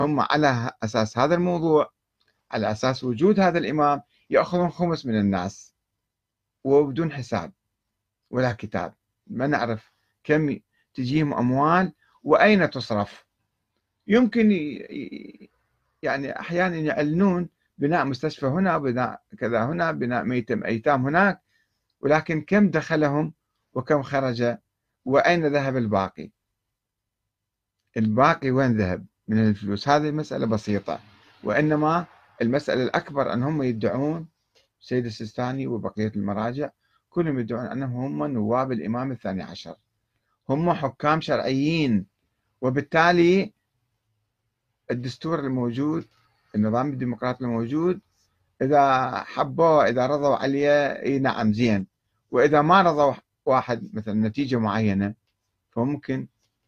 هم على أساس هذا الموضوع، على أساس وجود هذا الإمام، يأخذون خمس من الناس وبدون حساب ولا كتاب. ما نعرف كم تجيهم أموال وأين تصرف. يمكن يعني أحيانا يعلنون بناء مستشفى هنا، بناء كذا هنا، بناء أيتام هناك، ولكن كم دخلهم وكم خرج وأين ذهب الباقي؟ الباقي وين ذهب من الفلوس؟ هذه مسألة بسيطة. وإنما المسألة الأكبر أنهم يدعون، السيد السيستاني وبقية المراجع كلهم يدعون أنهم هم نواب الإمام الثاني عشر، هم حكام شرعيين. وبالتالي الدستور الموجود، النظام الديمقراطي الموجود، إذا حبوا إذا رضوا عليه إي نعم زين، وإذا ما رضوا واحد مثلا نتيجة معينة فممكن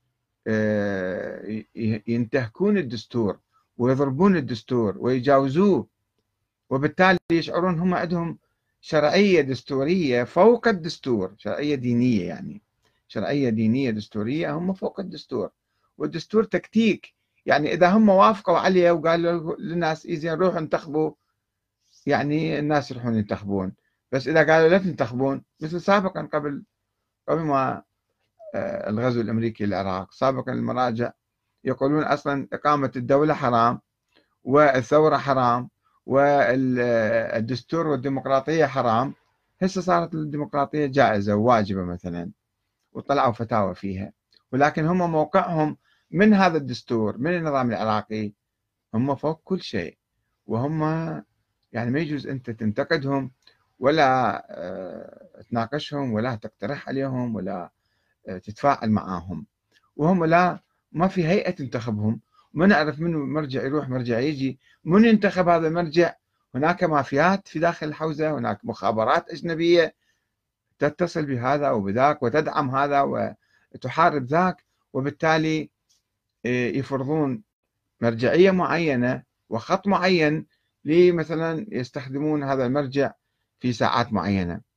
ينتهكون الدستور ويضربون الدستور ويجاوزوه. وبالتالي يشعرون هم عندهم شرعية دستورية فوق الدستور، شرعية دينية يعني، شرعية دينية دستورية هم فوق الدستور. والدستور تكتيك، يعني إذا هم وافقوا عليه وقالوا للناس إذا روحوا انتخبوا، يعني الناس يروحون ينتخبون. بس إذا قالوا لا تنتخبون، مثل سابقا قبل ما الغزو الأمريكي للعراق، سابقا المراجع يقولون أصلا إقامة الدولة حرام والثورة حرام والدستور والديمقراطية حرام. هسه صارت الديمقراطية جائزة وواجبة مثلا، وطلعوا فتاوى فيها. ولكن هم موقعهم من هذا الدستور، من النظام العراقي، هم فوق كل شيء. وهم يعني ما يجوز أنت تنتقدهم ولا تناقشهم ولا تقترح عليهم ولا تتفاعل معاهم. وهم لا، ما في هيئة تنتخبهم. ما نعرف منو مرجع يروح مرجع يجي، من ينتخب هذا المرجع؟ هناك مافيات في داخل الحوزة، هناك مخابرات أجنبية تتصل بهذا وبذاك وتدعم هذا وتحارب ذاك. وبالتالي يفرضون مرجعية معينة وخط معين، لمثلا يستخدمون هذا المرجع في ساعات معينة.